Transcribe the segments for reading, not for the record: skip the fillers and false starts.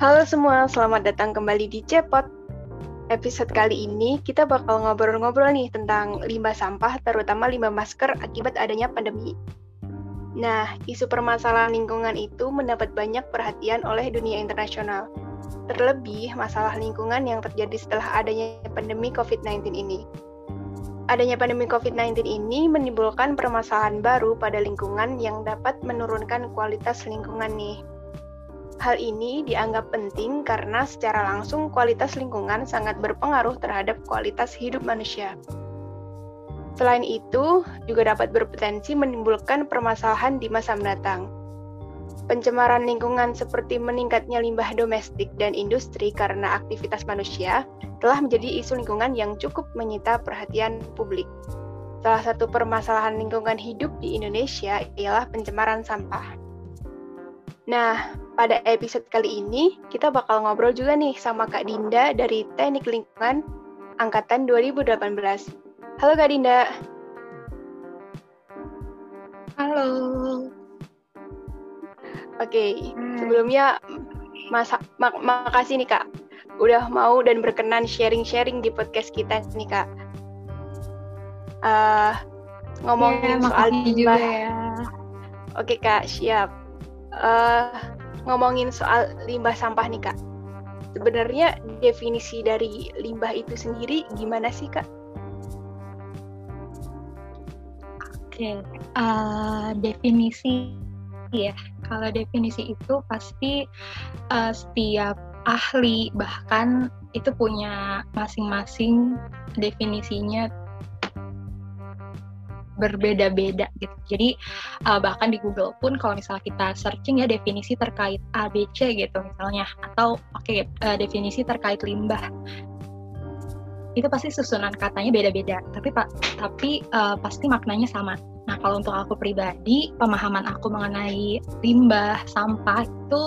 Halo semua, selamat datang kembali di Cepot. Episode kali ini kita bakal ngobrol-ngobrol nih tentang limbah sampah, terutama limbah masker akibat adanya pandemi. Nah, isu permasalahan lingkungan itu mendapat banyak perhatian oleh dunia internasional. Terlebih masalah lingkungan yang terjadi setelah adanya pandemi COVID-19 ini. Adanya pandemi COVID-19 ini menimbulkan permasalahan baru pada lingkungan yang dapat menurunkan kualitas lingkungan nih. Hal ini dianggap penting karena secara langsung kualitas lingkungan sangat berpengaruh terhadap kualitas hidup manusia. Selain itu, juga dapat berpotensi menimbulkan permasalahan di masa mendatang. Pencemaran lingkungan seperti meningkatnya limbah domestik dan industri karena aktivitas manusia telah menjadi isu lingkungan yang cukup menyita perhatian publik. Salah satu permasalahan lingkungan hidup di Indonesia ialah pencemaran sampah. Nah, pada episode kali ini, kita bakal ngobrol juga nih sama Kak Dinda dari Teknik Lingkungan Angkatan 2018. Halo Kak Dinda. Halo. Oke, sebelumnya makasih nih Kak, udah mau dan berkenan sharing-sharing di podcast kita nih Kak. Ngomongin soal limbah. Ya. Oke Kak, siap. Ngomongin soal limbah sampah nih Kak. Sebenarnya definisi dari limbah itu sendiri gimana sih Kak? Oke, definisi ya. Kalau definisi itu pasti setiap ahli bahkan itu punya masing-masing definisinya berbeda-beda gitu. Jadi bahkan di Google pun kalau misalnya kita searching ya definisi terkait ABC gitu misalnya, atau definisi terkait limbah, itu pasti susunan katanya beda-beda, tapi pasti maknanya sama. Nah, kalau untuk aku pribadi, pemahaman aku mengenai limbah sampah itu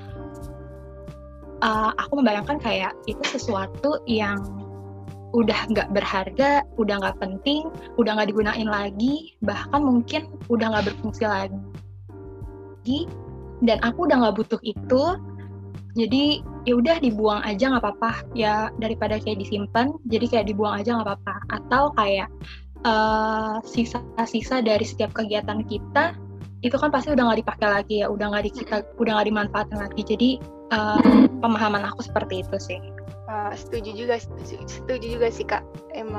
aku membayangkan kayak itu sesuatu yang udah nggak berharga, udah nggak penting, udah nggak digunain lagi, bahkan mungkin udah nggak berfungsi lagi, dan aku udah nggak butuh itu, jadi ya udah dibuang aja nggak apa-apa, ya daripada kayak disimpan, jadi kayak dibuang aja nggak apa-apa, atau kayak sisa-sisa dari setiap kegiatan kita itu kan pasti udah nggak dipakai lagi ya, udah nggak dimanfaatkan lagi, jadi pemahaman aku seperti itu sih. Setuju juga sih Kak.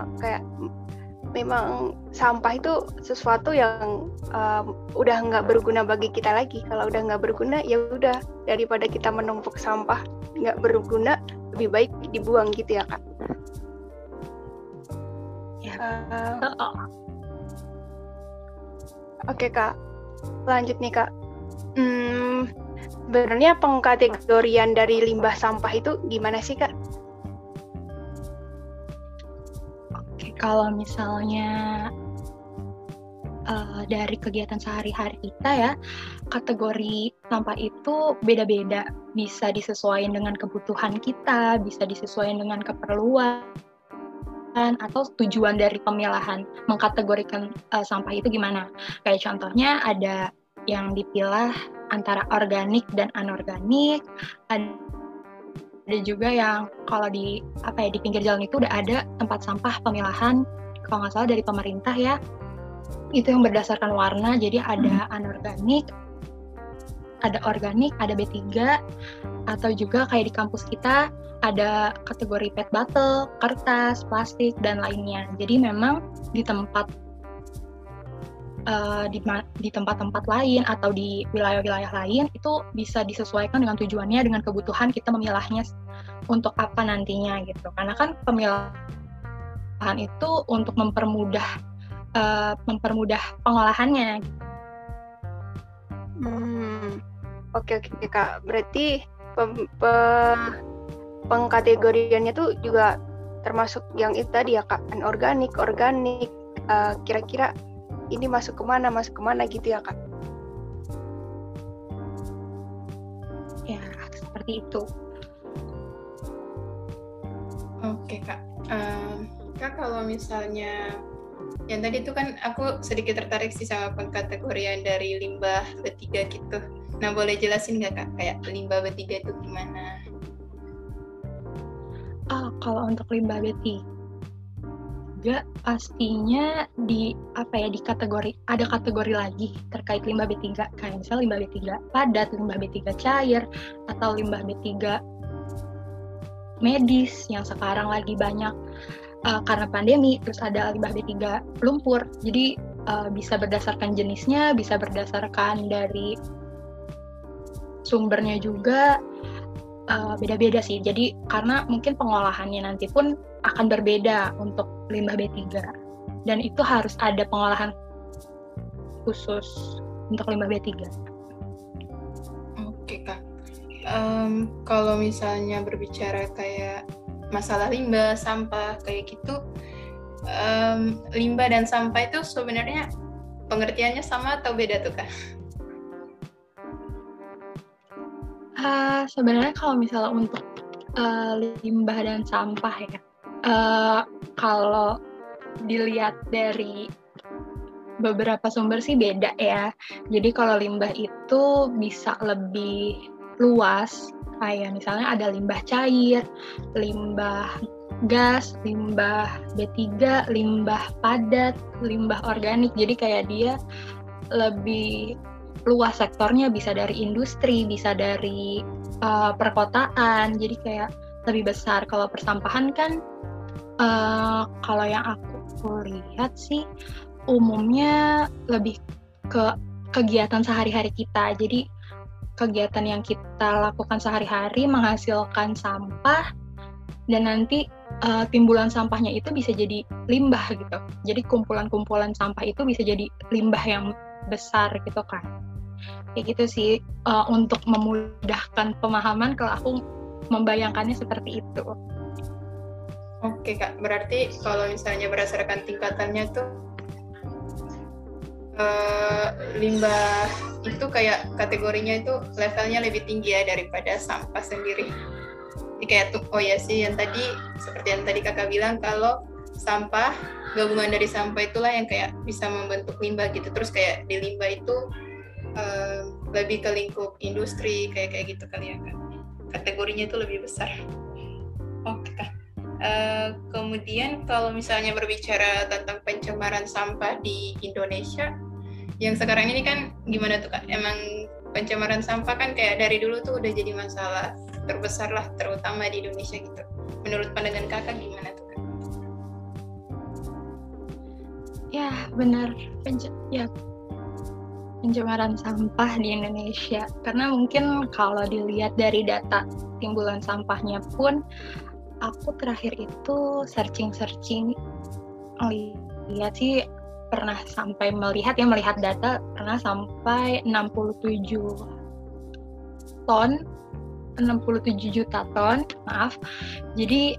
Memang sampah itu sesuatu yang udah nggak berguna bagi kita lagi. Kalau udah nggak berguna, ya udah, daripada kita menumpuk sampah nggak berguna, lebih baik dibuang gitu ya Kak. Ya. Oke Kak, lanjut nih Kak. Sebenarnya pengkategorian dari limbah sampah itu gimana sih Kak? Oke, kalau misalnya dari kegiatan sehari-hari kita ya, kategori sampah itu beda-beda, bisa disesuaikan dengan kebutuhan kita, bisa disesuaikan dengan keperluan atau tujuan dari pemilahan. Mengkategorikan sampah itu gimana? Kayak contohnya ada yang dipilah antara organik dan anorganik, ada juga yang kalau di pinggir jalan itu udah ada tempat sampah pemilahan, kalau nggak salah dari pemerintah ya, itu yang berdasarkan warna, jadi ada anorganik, ada organik, ada B3, atau juga kayak di kampus kita ada kategori PET bottle, kertas, plastik, dan lainnya. Jadi memang di tempat-tempat lain atau di wilayah-wilayah lain itu bisa disesuaikan dengan tujuannya, dengan kebutuhan kita memilahnya untuk apa nantinya gitu. Karena kan pemilahan itu untuk mempermudah pengolahannya. Oke Kak, berarti pengkategoriannya tuh juga termasuk yang itu tadi ya Kak, anorganik, organik, kira-kira ini masuk kemana gitu ya Kak? Ya, seperti itu. Oke Kak. Kak, kalau misalnya yang tadi itu kan aku sedikit tertarik sih sama pengkategorian dari limbah B3 gitu. Nah, boleh jelasin nggak Kak, kayak limbah B3 itu gimana? Kalau untuk limbah B3 pastinya di ada kategori lagi terkait limbah B3, kayak misalnya limbah B3 padat, limbah B3 cair, atau limbah B3 medis yang sekarang lagi banyak karena pandemi. Terus ada limbah B3 lumpur. Jadi bisa berdasarkan jenisnya, bisa berdasarkan dari sumbernya juga, beda-beda sih. Jadi karena mungkin pengolahannya nanti pun akan berbeda untuk limbah B3. Dan itu harus ada pengolahan khusus untuk limbah B3. Oke Kak. Kalau misalnya berbicara kayak masalah limbah, sampah, kayak gitu, limbah dan sampah itu sebenarnya pengertiannya sama atau beda tuh Kak? Sebenarnya kalau misalnya untuk limbah dan sampah ya, kalau dilihat dari beberapa sumber sih beda ya. Jadi kalau limbah itu bisa lebih luas, kayak misalnya ada limbah cair, limbah gas, limbah B3, limbah padat, limbah organik. Jadi kayak dia lebih luas sektornya, bisa dari industri, bisa dari perkotaan. Jadi kayak lebih besar. Kalau persampahan kan kalau yang aku lihat sih umumnya lebih ke kegiatan sehari-hari kita. Jadi kegiatan yang kita lakukan sehari-hari menghasilkan sampah, dan nanti timbulan sampahnya itu bisa jadi limbah gitu. Jadi kumpulan-kumpulan sampah itu bisa jadi limbah yang besar gitu kan. Kayak gitu sih, untuk memudahkan pemahaman kalau aku membayangkannya seperti itu. Oke Kak, berarti kalau misalnya berdasarkan tingkatannya tuh limbah itu kayak kategorinya itu levelnya lebih tinggi ya daripada sampah sendiri. Jadi kayak tuh, oh ya sih yang tadi, seperti yang tadi Kakak bilang, kalau sampah, gabungan dari sampah itulah yang kayak bisa membentuk limbah gitu. Terus kayak di limbah itu lebih ke lingkup industri kayak gitu kali ya Kak. Kategorinya itu lebih besar. Oke Kak. Kemudian kalau misalnya berbicara tentang pencemaran sampah di Indonesia, yang sekarang ini kan gimana tuh Kak? Emang pencemaran sampah kan kayak dari dulu tuh udah jadi masalah terbesar lah, terutama di Indonesia gitu. Menurut pandangan Kakak gimana tuh Kak? Ya benar, pencemaran sampah di Indonesia. Karena mungkin kalau dilihat dari data timbulan sampahnya pun, aku terakhir itu searching lihat sih pernah sampai melihat data pernah sampai 67 juta ton, maaf. Jadi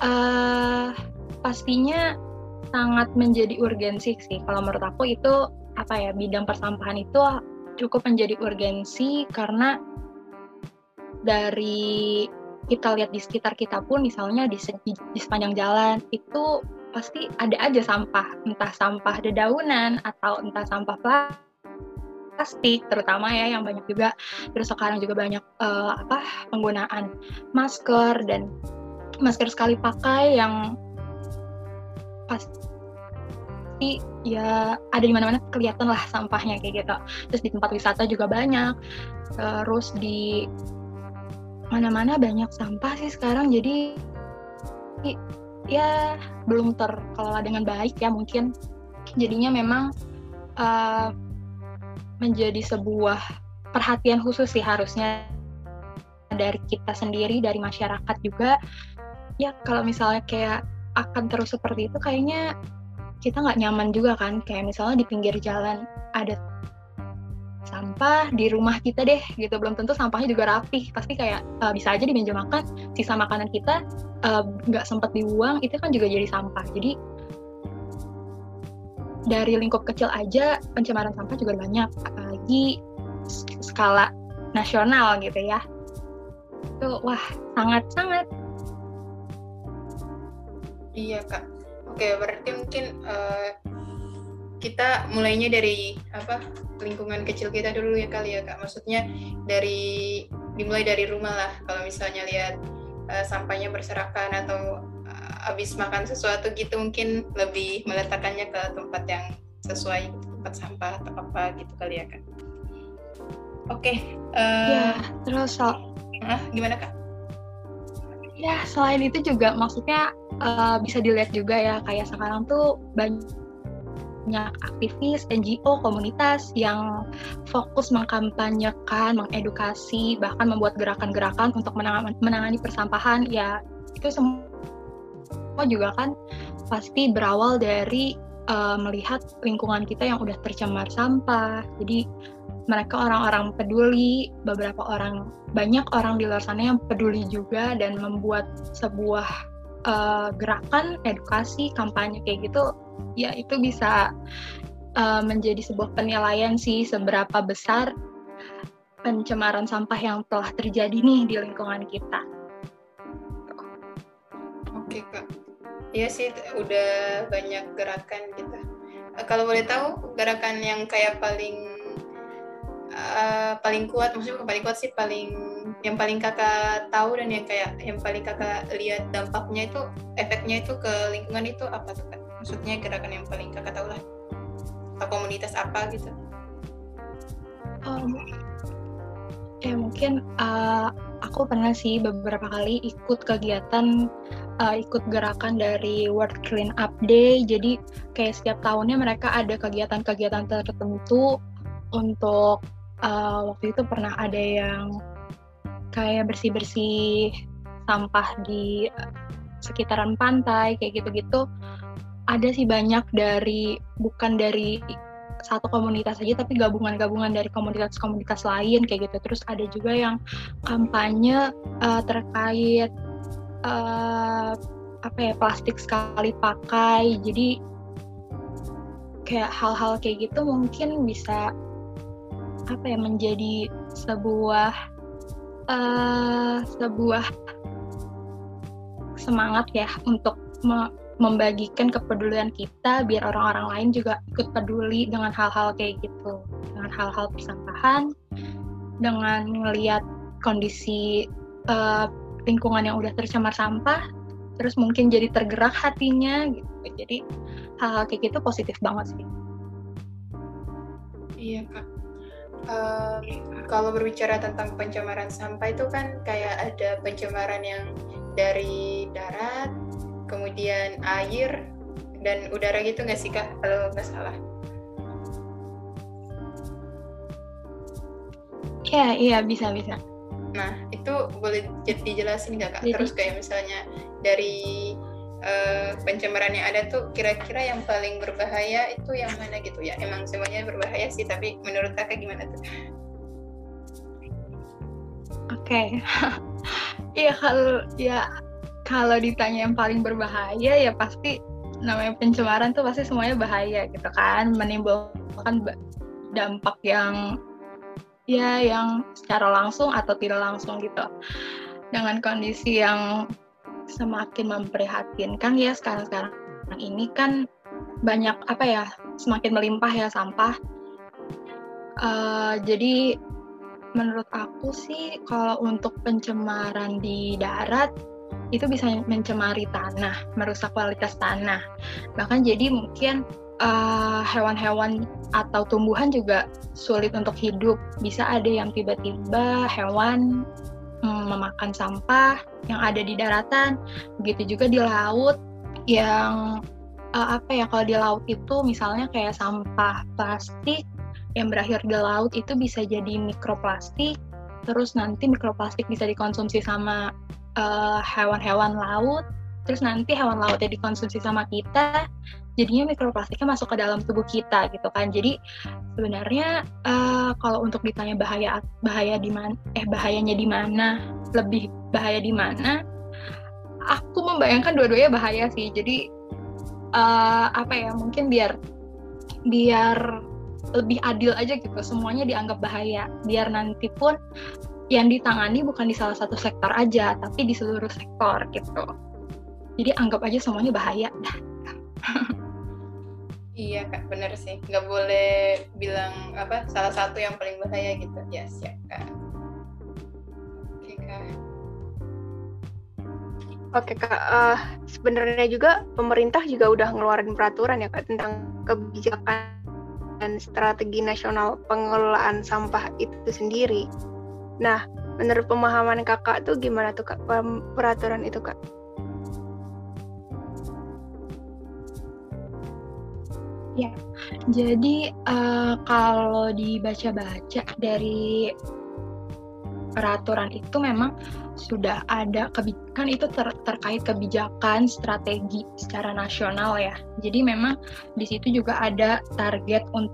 pastinya sangat menjadi urgensi sih. Kalau menurut aku itu bidang persampahan itu cukup menjadi urgensi, karena dari kita lihat di sekitar kita pun, misalnya di sepanjang jalan itu pasti ada aja sampah, entah sampah dedaunan atau entah sampah plastik, terutama ya yang banyak juga. Terus sekarang juga banyak penggunaan masker dan masker sekali pakai yang pasti ya ada di mana-mana, kelihatan lah sampahnya kayak gitu. Terus di tempat wisata juga banyak, terus di mana-mana banyak sampah sih sekarang. Jadi ya belum terkelola dengan baik ya mungkin. Jadinya memang menjadi sebuah perhatian khusus sih harusnya dari kita sendiri, dari masyarakat juga. Ya kalau misalnya kayak akan terus seperti itu, kayaknya kita nggak nyaman juga kan. Kayak misalnya di pinggir jalan ada sampah, di rumah kita deh gitu, belum tentu sampahnya juga rapih. Pasti kayak bisa aja di meja makan sisa makanan kita nggak sempat dibuang, itu kan juga jadi sampah. Jadi dari lingkup kecil aja pencemaran sampah juga banyak, apalagi skala nasional gitu ya. Itu wah sangat. Iya Kak. Oke, berarti mungkin kita mulainya dari lingkungan kecil kita dulu ya kali ya Kak. Maksudnya dimulai dari rumah lah. Kalau misalnya lihat sampahnya berserakan atau habis makan sesuatu gitu, mungkin lebih meletakkannya ke tempat yang sesuai, tempat sampah atau apa gitu kali ya Kak. Oke. Ya, terus gimana Kak? Ya, selain itu juga maksudnya bisa dilihat juga ya, kayak sekarang tuh banyak aktivis, NGO, komunitas yang fokus mengkampanyekan, mengedukasi, bahkan membuat gerakan-gerakan untuk menangani persampahan. Ya, itu semua juga kan pasti berawal dari melihat lingkungan kita yang udah tercemar sampah. Jadi mereka orang-orang peduli, banyak orang di luar sana yang peduli juga dan membuat sebuah gerakan edukasi, kampanye kayak gitu. Ya, itu bisa menjadi sebuah penilaian sih seberapa besar pencemaran sampah yang telah terjadi nih di lingkungan kita. Oke Kak, iya sih udah banyak gerakan gitu. Kalau boleh tahu gerakan yang kayak paling kuat, maksudnya bukan paling kuat sih, yang paling kakak tahu dan yang paling kakak lihat dampaknya itu, efeknya itu ke lingkungan itu apa tuh Kak? Maksudnya gerakan yang paling kakak tahu lah, atau komunitas apa gitu? Ya mungkin aku pernah sih beberapa kali ikut kegiatan, ikut gerakan dari World Clean Up Day. Jadi kayak setiap tahunnya mereka ada kegiatan-kegiatan tertentu untuk waktu itu pernah ada yang kayak bersih-bersih sampah di sekitaran pantai kayak gitu-gitu. Ada sih banyak bukan dari satu komunitas saja, tapi gabungan-gabungan dari komunitas-komunitas lain kayak gitu. Terus ada juga yang kampanye terkait plastik sekali pakai. Jadi kayak hal-hal kayak gitu mungkin bisa menjadi sebuah semangat ya untuk membagikan kepedulian kita biar orang-orang lain juga ikut peduli dengan hal-hal kayak gitu, dengan hal-hal persampahan, dengan melihat kondisi lingkungan yang udah tercemar sampah, terus mungkin jadi tergerak hatinya gitu. Jadi hal-hal kayak gitu positif banget sih. Iya Kak. Kalau berbicara tentang pencemaran sampah itu kan kayak ada pencemaran yang dari darat, kemudian air dan udara gitu nggak sih Kak, kalau nggak salah? Iya bisa. Nah itu boleh dijelasin nggak Kak? Terus kayak misalnya dari pencemaran yang ada tuh kira-kira yang paling berbahaya itu yang mana gitu ya? Emang semuanya berbahaya sih, tapi menurut Kakak gimana tuh? Oke. Iya kalau ditanya yang paling berbahaya ya pasti namanya pencemaran tuh pasti semuanya bahaya gitu kan, menimbulkan dampak yang secara langsung atau tidak langsung gitu. Dengan kondisi yang semakin memprihatinkan ya sekarang ini kan banyak semakin melimpah ya sampah. Jadi menurut aku sih kalau untuk pencemaran di darat itu bisa mencemari tanah, merusak kualitas tanah. Bahkan jadi mungkin hewan-hewan atau tumbuhan juga sulit untuk hidup. Bisa ada yang tiba-tiba hewan memakan sampah yang ada di daratan. Begitu juga di laut yang kalau di laut itu misalnya kayak sampah plastik yang berakhir di laut itu bisa jadi mikroplastik. Terus nanti mikroplastik bisa dikonsumsi sama hewan-hewan laut, terus nanti hewan lautnya dikonsumsi sama kita, jadinya mikroplastiknya masuk ke dalam tubuh kita gitu kan. Jadi sebenarnya kalau untuk ditanya bahayanya di mana, lebih bahaya di mana, aku membayangkan dua-duanya bahaya sih. Jadi mungkin biar lebih adil aja gitu, semuanya dianggap bahaya, biar nanti pun yang ditangani bukan di salah satu sektor aja, tapi di seluruh sektor gitu. Jadi anggap aja semuanya bahaya dah. Iya Kak, bener sih. Nggak boleh bilang salah satu yang paling bahaya gitu. Ya siap Kak. Oke Kak. Oke Kak, sebenarnya juga pemerintah juga udah ngeluarin peraturan ya Kak tentang kebijakan dan strategi nasional pengelolaan sampah itu sendiri. Nah, menurut pemahaman Kakak tuh gimana tuh Kak peraturan itu Kak? Ya, jadi kalau dibaca-baca dari peraturan itu memang sudah ada kebijakan itu terkait kebijakan strategi secara nasional ya. Jadi memang di situ juga ada target untuk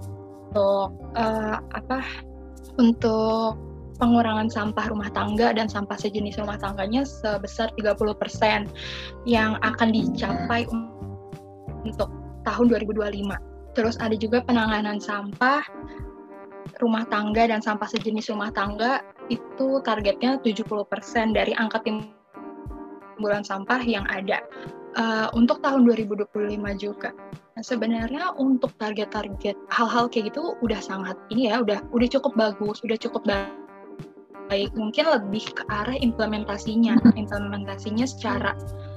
pengurangan sampah rumah tangga dan sampah sejenis rumah tangganya sebesar 30% yang akan dicapai untuk tahun 2025. Terus ada juga penanganan sampah rumah tangga dan sampah sejenis rumah tangga itu targetnya 70% dari angka timbulan sampah yang ada. Untuk tahun 2025 juga. Nah, sebenarnya untuk target-target hal-hal kayak gitu udah sangat udah cukup bagus, udah cukup baik. Mungkin lebih ke arah implementasinya secara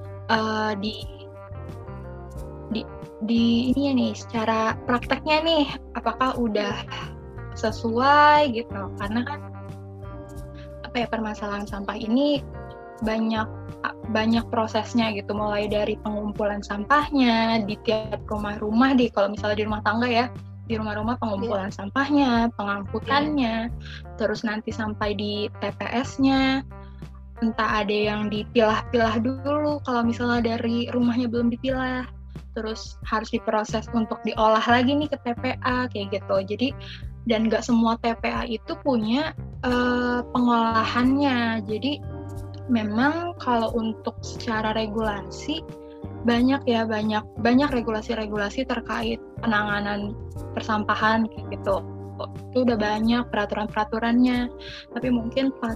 di ini nih, secara prakteknya nih apakah udah sesuai gitu, karena kan permasalahan sampah ini banyak prosesnya gitu, mulai dari pengumpulan sampahnya di tiap rumah-rumah, kalau misalnya di rumah tangga ya, di rumah-rumah pengumpulan sampahnya, pengangkutannya, terus nanti sampai di TPS-nya, entah ada yang dipilah-pilah dulu kalau misalnya dari rumahnya belum dipilah, terus harus diproses untuk diolah lagi nih ke TPA kayak gitu. Jadi dan nggak semua TPA itu punya pengolahannya. Jadi memang kalau untuk secara regulasi banyak regulasi-regulasi terkait penanganan persampahan kayak gitu. Itu udah banyak peraturan-peraturannya. Tapi mungkin pas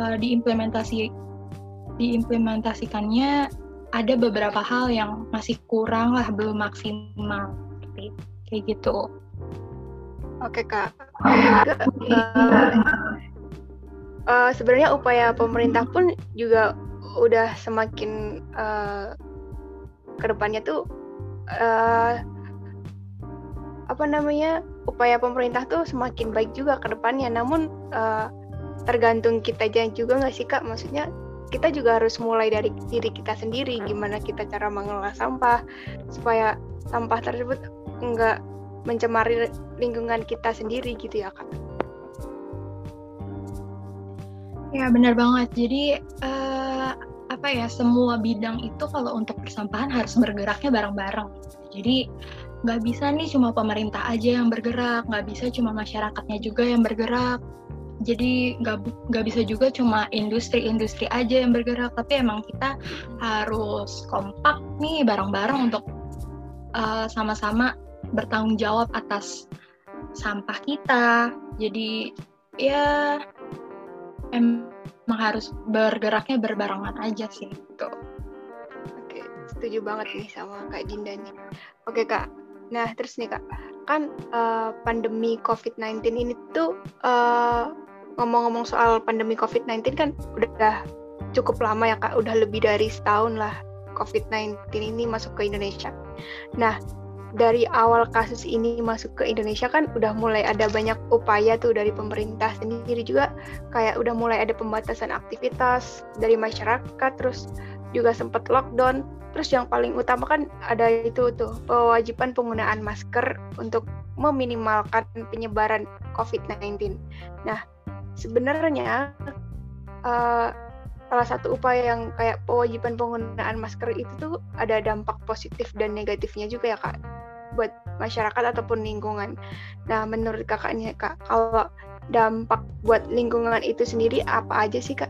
diimplementasikannya ada beberapa hal yang masih kurang lah, belum maksimal kayak gitu. Oke Kak. Sebenarnya upaya pemerintah pun juga udah semakin kedepannya tuh upaya pemerintah tuh semakin baik juga ke depannya. Namun tergantung kita juga nggak sih Kak? Maksudnya kita juga harus mulai dari diri kita sendiri, gimana kita cara mengelola sampah supaya sampah tersebut nggak mencemari lingkungan kita sendiri gitu ya Kak. Ya benar banget. Jadi semua bidang itu kalau untuk persampahan harus bergeraknya bareng-bareng. Jadi nggak bisa nih cuma pemerintah aja yang bergerak, nggak bisa cuma masyarakatnya juga yang bergerak. Jadi nggak bisa juga cuma industri aja yang bergerak, tapi emang kita harus kompak nih bareng-bareng untuk sama-sama bertanggung jawab atas sampah kita. Jadi ya emang harus bergeraknya berbarengan aja sih gitu. Oke, setuju banget nih sama Kak Dinda nih. Oke Kak, nah terus nih Kak, kan pandemi COVID-19 ini tuh ngomong-ngomong soal pandemi COVID-19 kan udah cukup lama ya Kak, udah lebih dari setahun lah COVID-19 ini masuk ke Indonesia. Nah, dari awal kasus ini masuk ke Indonesia kan udah mulai ada banyak upaya tuh dari pemerintah sendiri juga, kayak udah mulai ada pembatasan aktivitas dari masyarakat, terus juga sempat lockdown. Terus yang paling utama kan ada itu tuh kewajiban penggunaan masker untuk meminimalkan penyebaran COVID-19. Nah, sebenarnya salah satu upaya yang kayak kewajiban penggunaan masker itu tuh ada dampak positif dan negatifnya juga ya Kak, buat masyarakat ataupun lingkungan. Nah, menurut Kakaknya Kak, kalau dampak buat lingkungan itu sendiri apa aja sih Kak?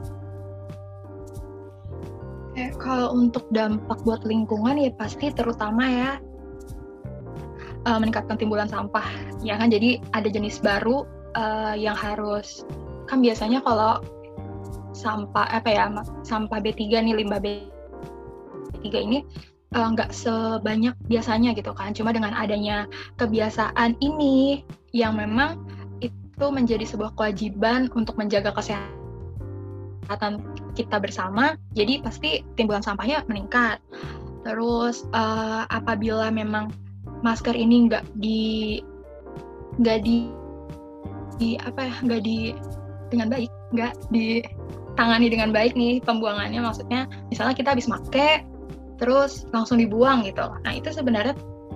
Kalau untuk dampak buat lingkungan ya pasti terutama ya meningkatkan timbulan sampah ya kan. Jadi ada jenis baru yang harus, kan biasanya kalau sampah sampah B3 nih, limbah B3 ini nggak sebanyak biasanya gitu kan. Cuma dengan adanya kebiasaan ini yang memang itu menjadi sebuah kewajiban untuk menjaga kesehatan kita bersama, jadi pasti timbulan sampahnya meningkat. Terus apabila memang masker ini nggak ditangani dengan baik nih pembuangannya, maksudnya misalnya kita habis make terus langsung dibuang gitu. Nah itu sebenarnya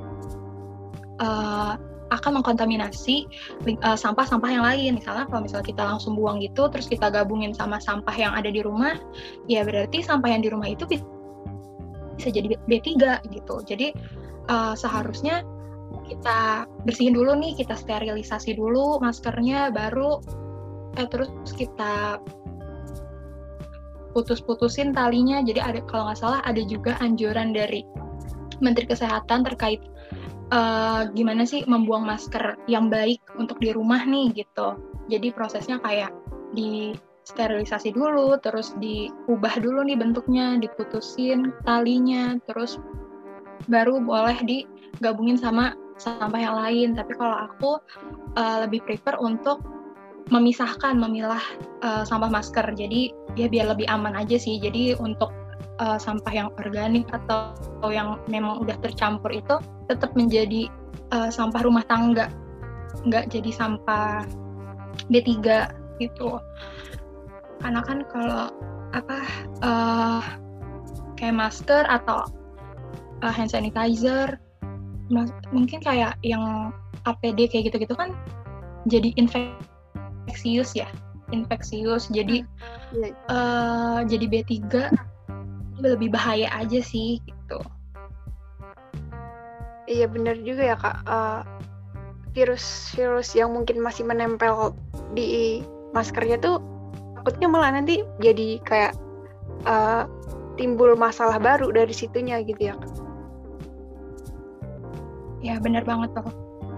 akan mengkontaminasi sampah-sampah yang lain. Misalnya kalau kita langsung buang gitu, terus kita gabungin sama sampah yang ada di rumah, ya berarti sampah yang di rumah itu bisa jadi B3 gitu. Jadi seharusnya kita bersihin dulu nih, kita sterilisasi dulu maskernya, baru terus kita putus-putusin talinya. Jadi ada, kalau nggak salah ada juga anjuran dari Menteri Kesehatan terkait gimana sih membuang masker yang baik untuk di rumah nih gitu. Jadi prosesnya kayak di sterilisasi dulu, terus diubah dulu nih bentuknya, diputusin talinya, terus baru boleh digabungin sama sampah yang lain. Tapi kalau aku lebih prefer untuk memilah sampah masker. Jadi ya biar lebih aman aja sih. Jadi untuk sampah yang organik atau yang memang udah tercampur itu tetap menjadi sampah rumah tangga, nggak jadi sampah B3 gitu. Karena kan kalau kayak masker atau hand sanitizer, mungkin kayak yang APD kayak gitu-gitu kan jadi infeksius, jadi jadi B3 lebih bahaya aja sih gitu. Iya benar juga ya Kak, virus-virus yang mungkin masih menempel di maskernya tuh takutnya malah nanti jadi kayak timbul masalah baru dari situnya gitu ya Kak. Ya benar banget tuh.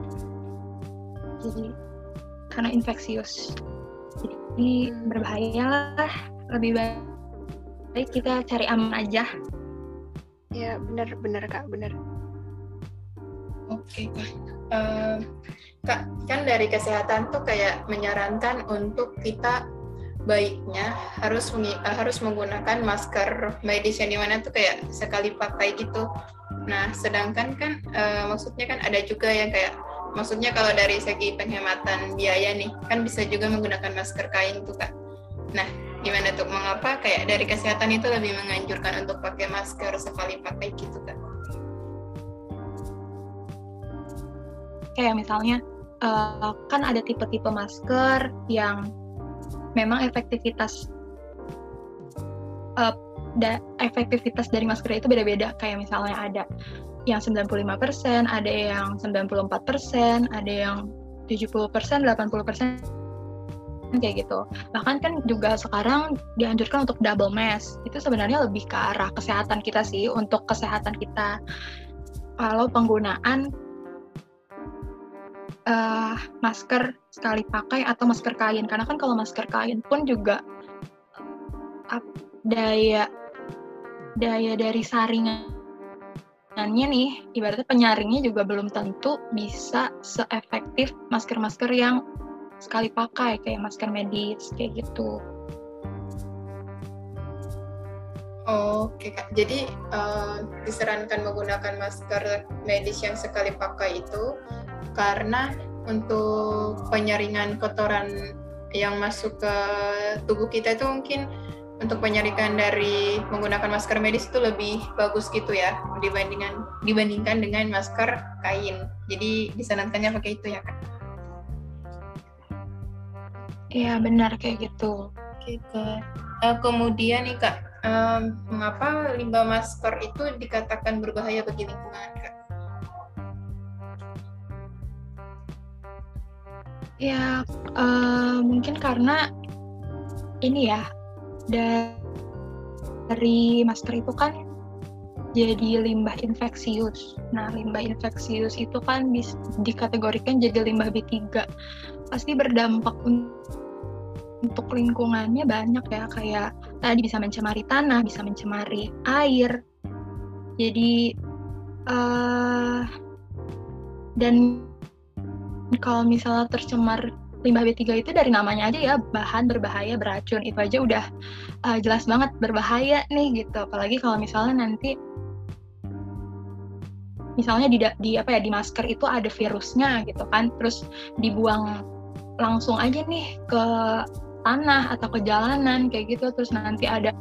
Jadi karena infeksius, jadi berbahaya lah. Lebih baik kita cari aman aja. Ya benar Kak, benar. Oke Kak. Kak, kan dari kesehatan tuh kayak menyarankan untuk kita baiknya harus menggunakan masker medis yang dimana tuh kayak sekali pakai gitu. Nah, sedangkan kan maksudnya kan ada juga yang kayak, maksudnya kalau dari segi penghematan biaya nih, kan bisa juga menggunakan masker kain tuh Kak. Nah, gimana tuh, mengapa kayak dari kesehatan itu lebih menganjurkan untuk pakai masker sekali pakai gitu Kak? Kayak misalnya kan ada tipe-tipe masker yang memang efektivitas dari masker itu beda-beda. Kayak misalnya ada yang 95%, ada yang 94%, ada yang 70%, 80%, kayak gitu. Bahkan kan juga sekarang dianjurkan untuk double mask. Itu sebenarnya lebih ke arah kesehatan kita sih, untuk kesehatan kita. Kalau penggunaan masker sekali pakai atau masker kain, karena kan kalau masker kain pun juga daya dari saringannya nih, ibaratnya penyaringnya juga belum tentu bisa seefektif masker-masker yang sekali pakai kayak masker medis kayak gitu. Oke Kak, jadi disarankan menggunakan masker medis yang sekali pakai itu karena untuk penyaringan kotoran yang masuk ke tubuh kita itu mungkin untuk penyaringan dari menggunakan masker medis itu lebih bagus gitu ya dibandingkan dengan masker kain. Jadi disarankannya pakai itu ya Kak? Iya benar kayak gitu. Oke Kak. Kemudian nih Kak, mengapa limbah masker itu dikatakan berbahaya bagi lingkungan Kak? Ya, mungkin karena ini ya, dari masker itu kan jadi limbah infeksius. Nah, limbah infeksius itu kan dikategorikan jadi limbah B3. Pasti berdampak untuk lingkungannya banyak ya, kayak tadi bisa mencemari tanah, bisa mencemari air. Jadi dan kalau misalnya tercemar limbah B3 itu dari namanya aja ya, bahan berbahaya, beracun, itu aja udah jelas banget berbahaya nih gitu. Apalagi kalau misalnya nanti misalnya di masker itu ada virusnya gitu kan, terus dibuang langsung aja nih ke tanah atau ke jalanan kayak gitu, terus nanti ada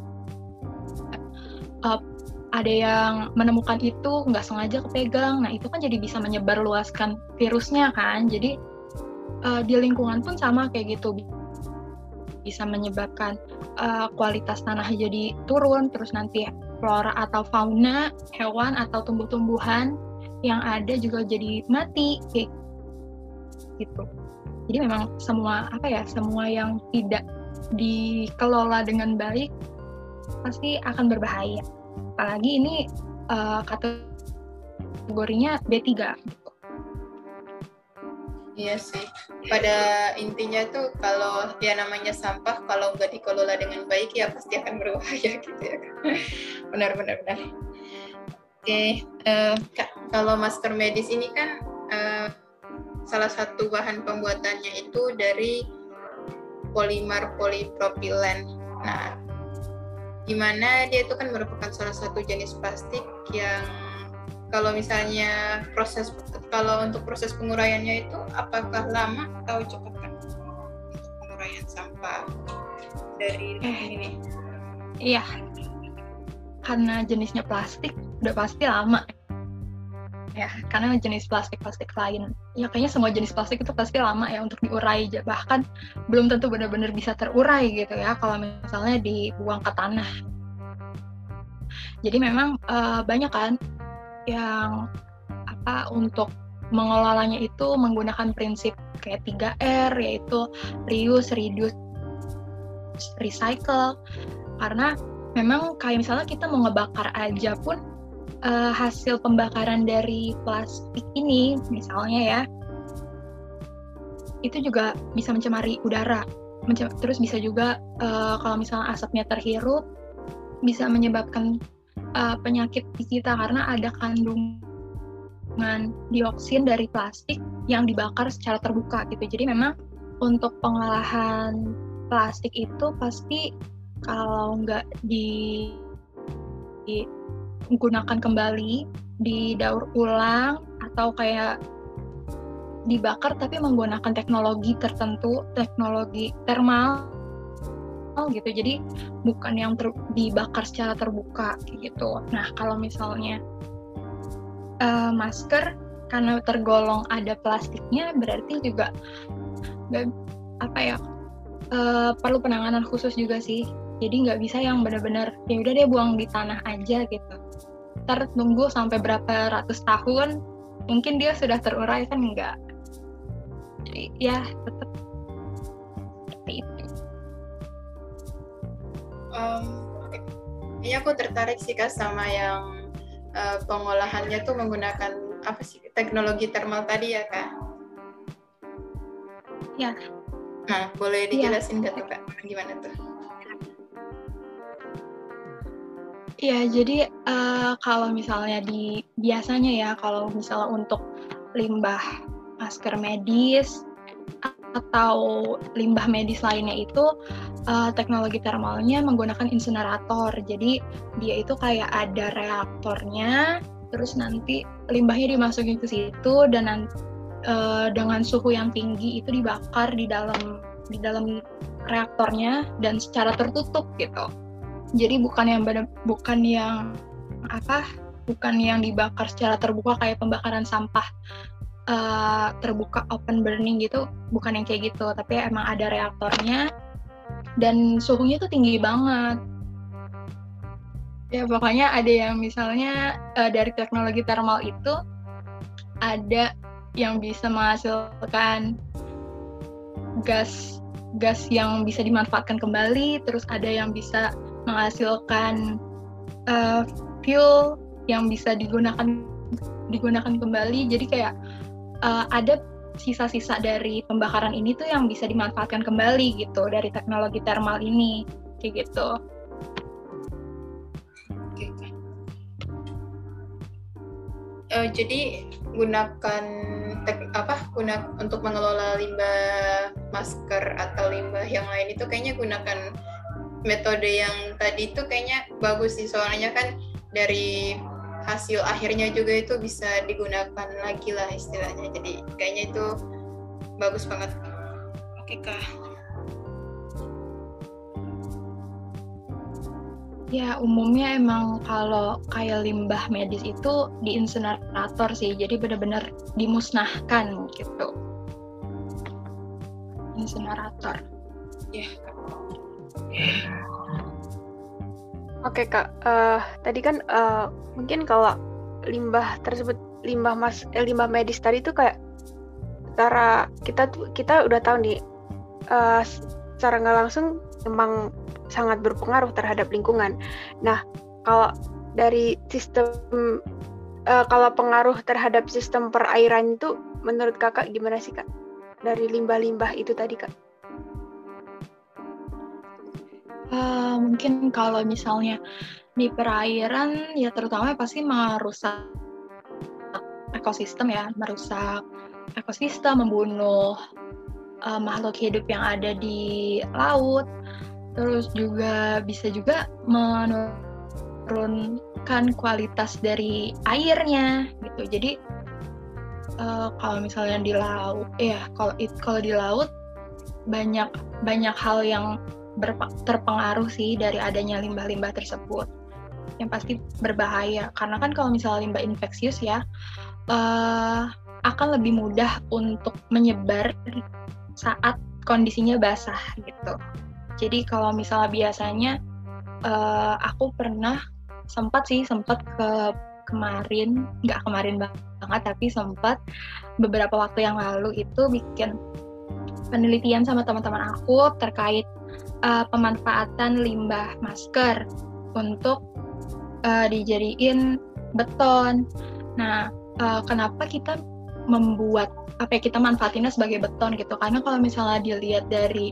yang menemukan itu nggak sengaja kepegang, nah itu kan jadi bisa menyebarluaskan virusnya kan. Jadi di lingkungan pun sama kayak gitu, bisa menyebabkan kualitas tanah jadi turun, terus nanti flora atau fauna, hewan atau tumbuh-tumbuhan yang ada juga jadi mati kayak gitu. Jadi memang semua yang tidak dikelola dengan baik pasti akan berbahaya. Apalagi ini kategorinya B3 gitu. Iya sih. Pada intinya tuh kalau ya namanya sampah, kalau nggak dikelola dengan baik ya pasti akan berbahaya gitu ya. Benar. Oke, Kak, kalau masker medis ini kan salah satu bahan pembuatannya itu dari polimer polipropilen. Nah, dimana dia itu kan merupakan salah satu jenis plastik yang kalau misalnya untuk proses penguraiannya itu apakah lama atau cepat kan untuk penguraian sampah dari ini? Iya, karena jenisnya plastik udah pasti lama ya, karena jenis plastik lain ya kayaknya semua jenis plastik itu pasti lama ya untuk diurai, bahkan belum tentu benar-benar bisa terurai gitu ya kalau misalnya dibuang ke tanah. Jadi memang banyak kan yang untuk mengelolanya itu menggunakan prinsip kayak 3R, yaitu reuse, reduce, recycle. Karena memang kayak misalnya kita mau ngebakar aja pun hasil pembakaran dari plastik ini misalnya ya, itu juga bisa mencemari udara. Terus bisa juga kalau misalnya asapnya terhirup bisa menyebabkan penyakit di kita karena ada kandungan dioksin dari plastik yang dibakar secara terbuka gitu. Jadi memang untuk pengolahan plastik itu pasti kalau nggak digunakan kembali, didaur ulang atau kayak dibakar tapi menggunakan teknologi tertentu, teknologi thermal gitu. Jadi bukan yang dibakar secara terbuka gitu. Nah, kalau misalnya masker karena tergolong ada plastiknya berarti juga perlu penanganan khusus juga sih. Jadi nggak bisa yang benar-benar ya udah deh buang di tanah aja gitu. Ntar tunggu sampai berapa ratus tahun mungkin dia sudah terurai, kan enggak. Jadi ya tetap seperti itu. Ini aku tertarik sih Kak sama yang pengolahannya tuh menggunakan teknologi thermal tadi ya Kak? Ya. Nah, boleh dijelasin nggak tuh Kak gimana tuh? Ya, jadi kalau misalnya biasanya ya kalau misalnya untuk limbah masker medis atau limbah medis lainnya itu teknologi thermalnya menggunakan insinerator. Jadi dia itu kayak ada reaktornya, terus nanti limbahnya dimasukin ke situ dan dengan suhu yang tinggi itu dibakar di dalam reaktornya dan secara tertutup gitu. Jadi bukan yang dibakar secara terbuka kayak pembakaran sampah terbuka open burning gitu, bukan yang kayak gitu, tapi emang ada reaktornya dan suhunya tuh tinggi banget. Ya pokoknya ada yang misalnya dari teknologi thermal itu ada yang bisa menghasilkan gas yang bisa dimanfaatkan kembali, terus ada yang bisa menghasilkan fuel yang bisa digunakan kembali. Jadi kayak ada sisa-sisa dari pembakaran ini tuh yang bisa dimanfaatkan kembali gitu dari teknologi thermal ini kayak gitu. Jadi gunakan untuk mengelola limbah masker atau limbah yang lain itu kayaknya gunakan metode yang tadi itu kayaknya bagus sih, soalnya kan dari hasil akhirnya juga itu bisa digunakan lagi lah istilahnya. Jadi kayaknya itu bagus banget. Oke Kak. Ya, umumnya emang kalau kayak limbah medis itu di insinerator sih, jadi benar-benar dimusnahkan gitu. Insinerator. Ya, Kak. Oke Kak, tadi kan mungkin kalau limbah tersebut limbah medis tadi itu kayak cara kita udah tahu nih secara nggak langsung emang sangat berpengaruh terhadap lingkungan. Nah, kalau dari sistem kalau pengaruh terhadap sistem perairan itu menurut Kakak gimana sih Kak? Dari limbah-limbah itu tadi Kak? Mungkin kalau misalnya di perairan ya terutama pasti merusak ekosistem ya, merusak ekosistem, membunuh makhluk hidup yang ada di laut. Terus juga bisa juga menurunkan kualitas dari airnya gitu. Jadi kalau misalnya di laut, kalau di laut banyak hal yang terpengaruh sih dari adanya limbah-limbah tersebut. Yang pasti berbahaya karena kan kalau misalnya limbah infeksius ya akan lebih mudah untuk menyebar saat kondisinya basah gitu. Jadi kalau misalnya biasanya aku pernah sempat nggak kemarin banget, tapi sempat beberapa waktu yang lalu itu bikin penelitian sama teman-teman aku terkait pemanfaatan limbah masker untuk dijadiin beton. Nah, kenapa kita kita manfaatinnya sebagai beton gitu? Karena kalau misalnya dilihat dari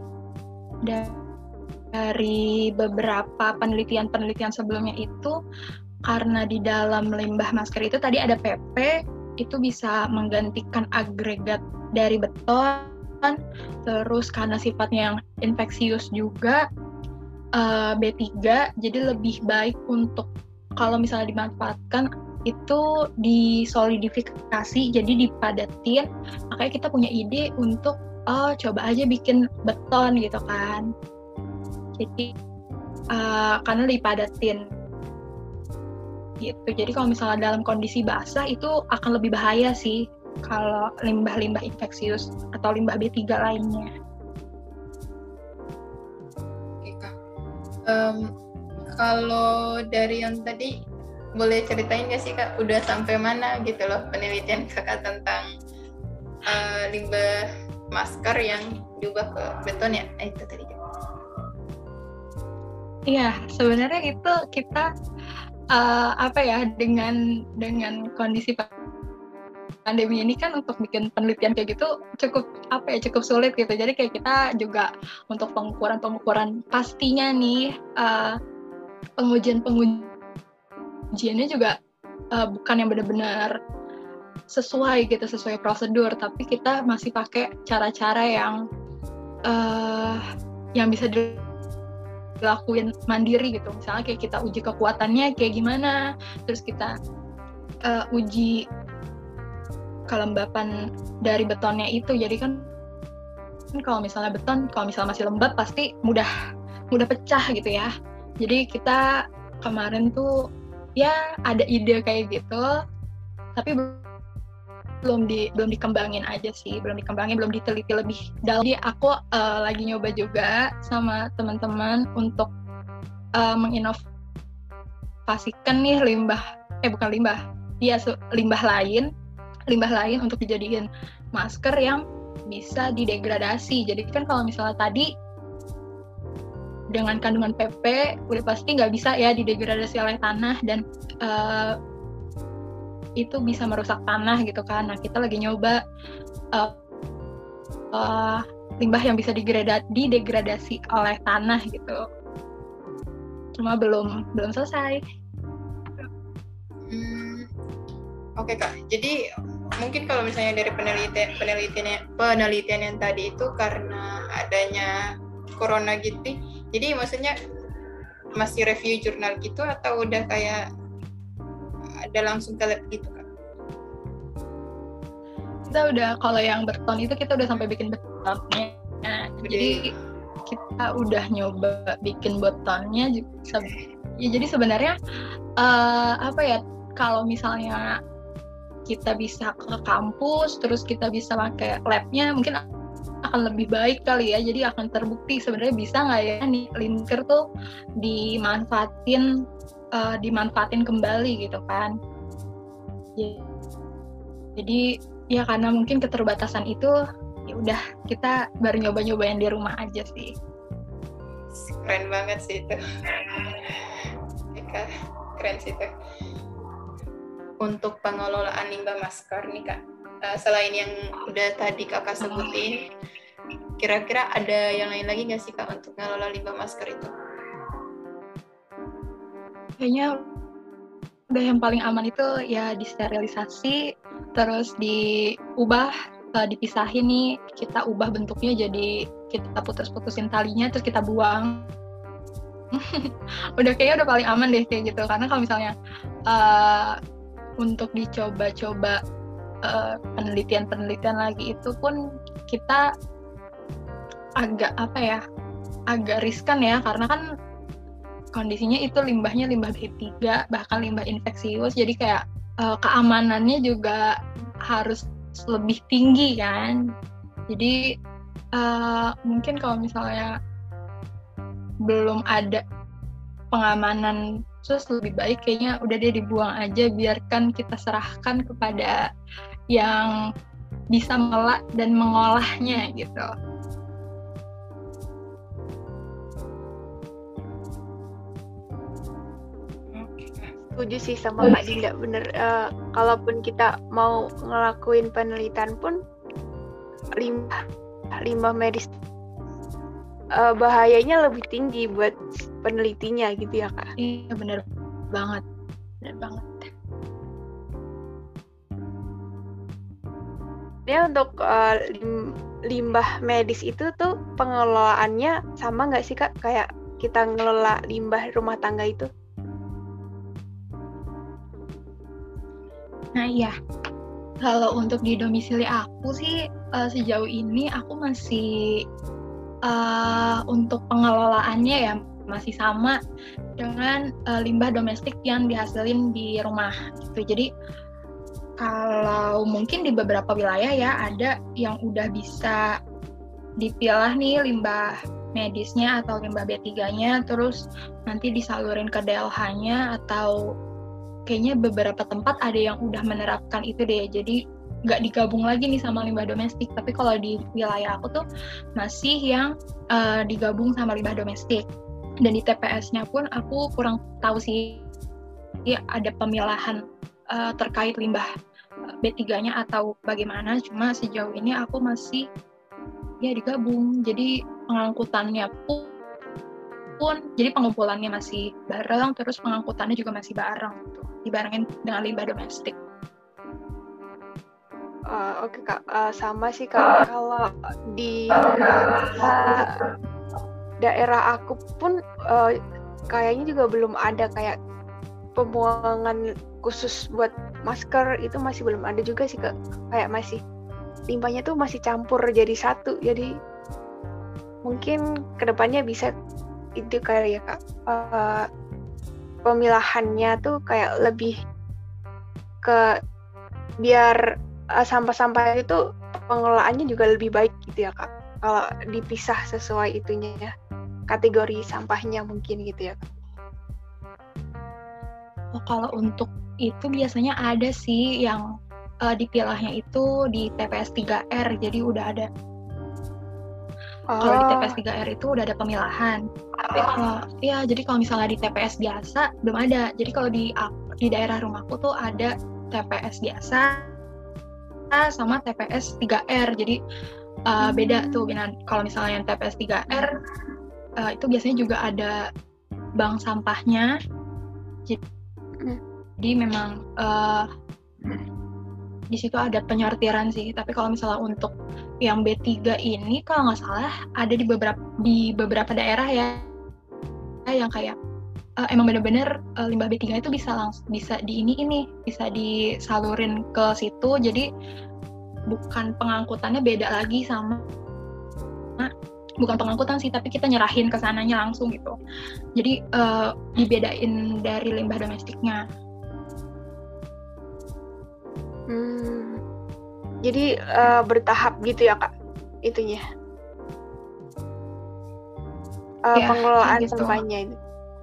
beberapa penelitian sebelumnya itu, karena di dalam limbah masker itu tadi ada PP, itu bisa menggantikan agregat dari beton, terus karena sifatnya yang infeksius juga B3, jadi lebih baik untuk kalau misalnya dimanfaatkan itu disolidifikasi, jadi dipadatin. Makanya kita punya ide untuk coba aja bikin beton gitu kan. Jadi karena dipadatin gitu. Jadi kalau misalnya dalam kondisi basah itu akan lebih bahaya sih kalau limbah-limbah infeksius atau limbah B3 lainnya. Oke Kak. Kalau dari yang tadi boleh ceritain nggak sih Kak, udah sampai mana gitu loh penelitian Kakak tentang limbah masker yang diubah ke beton ya? Itu tadi. Iya, sebenarnya itu kita dengan kondisi pandemi ini kan untuk bikin penelitian kayak gitu cukup sulit gitu. Jadi kayak kita juga untuk pengukuran pastinya nih pengujiannya juga bukan yang benar-benar sesuai prosedur, tapi kita masih pakai cara-cara yang bisa dilakuin mandiri gitu. Misalnya kayak kita uji kekuatannya kayak gimana, terus kita uji kelembapan dari betonnya itu. Jadi kan kalau misalnya beton, kalau misalnya masih lembab pasti mudah pecah gitu ya. Jadi kita kemarin tuh ya ada ide kayak gitu, tapi belum dikembangin aja sih, belum diteliti lebih dalam. Jadi aku lagi nyoba juga sama teman-teman untuk menginovasikan nih limbah lain untuk dijadiin masker yang bisa didegradasi. Jadi kan kalau misalnya tadi dengan kandungan PP udah pasti nggak bisa ya didegradasi oleh tanah dan itu bisa merusak tanah gitu kan. Nah, kita lagi nyoba limbah yang bisa didegradasi oleh tanah gitu. Cuma belum selesai. Oke Kak, jadi mungkin kalau misalnya dari penelitian yang tadi itu karena adanya corona gitu, jadi maksudnya masih review jurnal gitu atau udah kayak ada langsung ke lab gitu Kak? Kita udah, kalau yang beton itu kita udah sampai bikin betonnya. Jadi kita udah nyoba bikin betonnya. Ya, jadi sebenarnya apa ya, kalau misalnya kita bisa ke kampus terus kita bisa pakai labnya, mungkin akan lebih baik kali ya. Jadi akan terbukti sebenarnya bisa nggak ya nih linker tuh dimanfaatin kembali gitu kan. Jadi ya karena mungkin keterbatasan itu, ya udah kita baru nyoba-nyobain di rumah aja sih. Keren banget sih itu. Keren sih itu. Untuk pengelolaan limbah masker nih Kak, selain yang udah tadi Kakak sebutin, kira-kira ada yang lain lagi nggak sih Kak untuk mengelola limbah masker itu? Kayaknya udah yang paling aman itu ya disterilisasi, terus diubah, dipisahin nih, kita ubah bentuknya jadi kita putus-putusin talinya terus kita buang. Kayaknya udah paling aman deh kayak gitu, karena kalau misalnya untuk dicoba-coba penelitian lagi itu pun kita agak riskan ya, karena kan kondisinya itu limbahnya limbah B3, bahkan limbah infeksius, jadi kayak keamanannya juga harus lebih tinggi kan. Jadi mungkin kalau misalnya belum ada pengamanan terus, lebih baik kayaknya udah deh dibuang aja, biarkan kita serahkan kepada yang bisa mengelola dan mengolahnya gitu. Setuju sih sama Kak Dinda, bener. Kalaupun kita mau ngelakuin penelitian pun limbah medis bahayanya lebih tinggi buat penelitinya gitu ya Kak. Iya bener banget. Ya untuk limbah medis itu tuh pengelolaannya sama nggak sih Kak, kayak kita ngelola limbah rumah tangga itu? Nah iya, kalau untuk di domisili aku sih sejauh ini aku masih untuk pengelolaannya ya masih sama dengan limbah domestik yang dihasilin di rumah gitu. Jadi kalau mungkin di beberapa wilayah ya ada yang udah bisa dipilah nih limbah medisnya atau limbah B3-nya, terus nanti disalurin ke DLH-nya, atau kayaknya beberapa tempat ada yang udah menerapkan itu deh. Jadi nggak digabung lagi nih sama limbah domestik. Tapi kalau di wilayah aku tuh masih yang digabung sama limbah domestik. Dan di TPS-nya pun aku kurang tahu sih ada pemilahan terkait limbah B3-nya atau bagaimana. Cuma sejauh ini aku masih ya digabung. Jadi pengangkutannya pun jadi pengumpulannya masih bareng, terus pengangkutannya juga masih bareng gitu, dibarengin dengan limbah domestik. Oke Kak, sama sih Kak. Kalau di daerah aku pun kayaknya juga belum ada kayak pembuangan khusus buat masker, itu masih belum ada juga sih Kak. Kayak masih limbahnya tuh masih campur jadi satu. Jadi mungkin kedepannya bisa itu kayak ya Kak, pemilahannya tuh kayak lebih ke biar sampah-sampah itu pengelolaannya juga lebih baik gitu ya Kak, kalau dipisah sesuai itunya ya, kategori sampahnya mungkin gitu ya Kak. Kalau untuk itu biasanya ada sih yang dipilahnya itu di TPS 3R, jadi udah ada. Kalau di TPS 3R itu udah ada pemilahan. Tapi jadi kalau misalnya di TPS biasa belum ada. Jadi kalau di daerah rumahku tuh ada TPS biasa sama TPS 3R. Jadi beda tuh. Kalau misalnya yang TPS 3R itu biasanya juga ada bank sampahnya. Jadi memang Di situ ada penyortiran sih. Tapi kalau misalnya untuk yang B3 ini kalau nggak salah ada di beberapa daerah ya yang kayak emang bener-bener limbah B3 itu bisa bisa disalurin ke situ. Jadi bukan pengangkutannya beda lagi sama bukan pengangkutan sih, tapi kita nyerahin ke sananya langsung gitu. Jadi dibedain dari limbah domestiknya. Jadi bertahap gitu ya Kak, itunya. Pengelolaan gitu. sampahnya itu.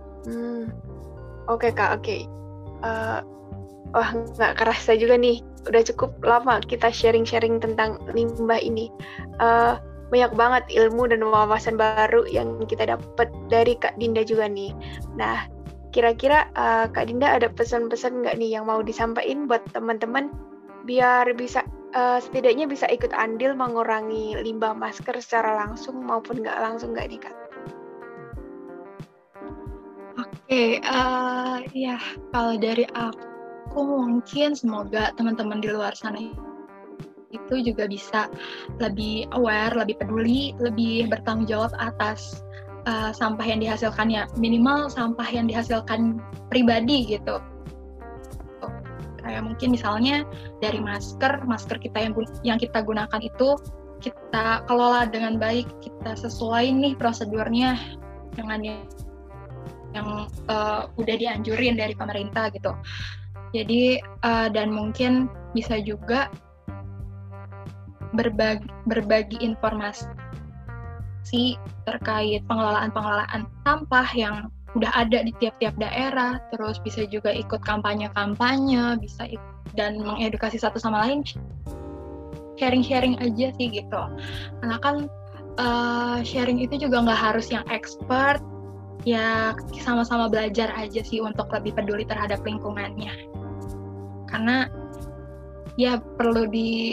Oke Kak, oke. Wah, nggak kerasa juga nih. Udah cukup lama kita sharing-sharing tentang limbah ini. Banyak banget ilmu dan wawasan baru yang kita dapat dari Kak Dinda juga nih. Nah, kira-kira Kak Dinda ada pesan-pesan nggak nih yang mau disampaikan buat teman-teman biar bisa setidaknya bisa ikut andil mengurangi limbah masker secara langsung maupun nggak langsung nggak nih Kak? Oke, ya kalau dari aku mungkin semoga teman-teman di luar sana itu juga bisa lebih aware, lebih peduli, lebih bertanggung jawab atas sampah yang dihasilkannya. Minimal sampah yang dihasilkan pribadi gitu. Kayak mungkin misalnya dari masker kita yang kita gunakan itu kita kelola dengan baik, kita sesuai nih prosedurnya dengan yang udah dianjurin dari pemerintah gitu. Jadi dan mungkin bisa juga berbagi informasi terkait pengelolaan sampah yang udah ada di tiap-tiap daerah, terus bisa juga ikut kampanye-kampanye, bisa dan mengedukasi satu sama lain, sharing-sharing aja sih gitu. Karena kan sharing itu juga nggak harus yang expert, ya sama-sama belajar aja sih untuk lebih peduli terhadap lingkungannya. Karena ya perlu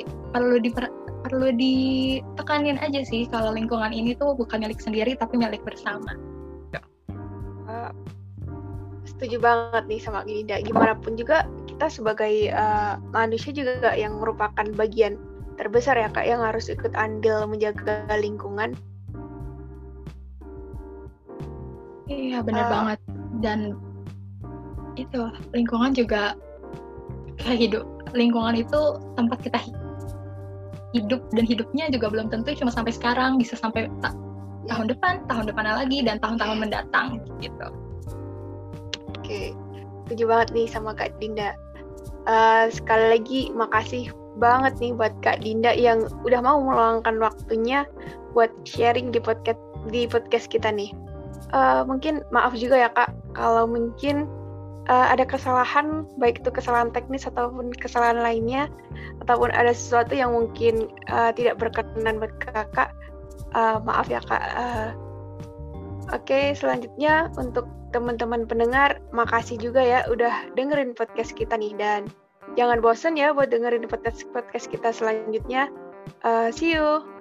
ditekanin aja sih kalau lingkungan ini tuh bukan milik sendiri tapi milik bersama. Setuju banget nih sama Dinda. Gimana pun juga kita sebagai manusia juga yang merupakan bagian terbesar ya Kak yang harus ikut andil menjaga lingkungan. Iya benar banget. Dan itu lingkungan juga kayak hidup. Lingkungan itu tempat kita hidup dan hidupnya juga belum tentu cuma sampai sekarang, bisa sampai tahun depannya lagi dan tahun-tahun mendatang gitu. Oke, setuju banget nih sama Kak Dinda. Sekali lagi makasih banget nih buat Kak Dinda yang udah mau meluangkan waktunya buat sharing di podcast kita nih. Mungkin maaf juga ya Kak kalau mungkin ada kesalahan, baik itu kesalahan teknis ataupun kesalahan lainnya, ataupun ada sesuatu yang mungkin tidak berkenan buat Kakak. Maaf ya Kak. Oke, selanjutnya untuk teman-teman pendengar, makasih juga ya udah dengerin podcast kita nih, dan jangan bosan ya buat dengerin podcast kita selanjutnya. See you.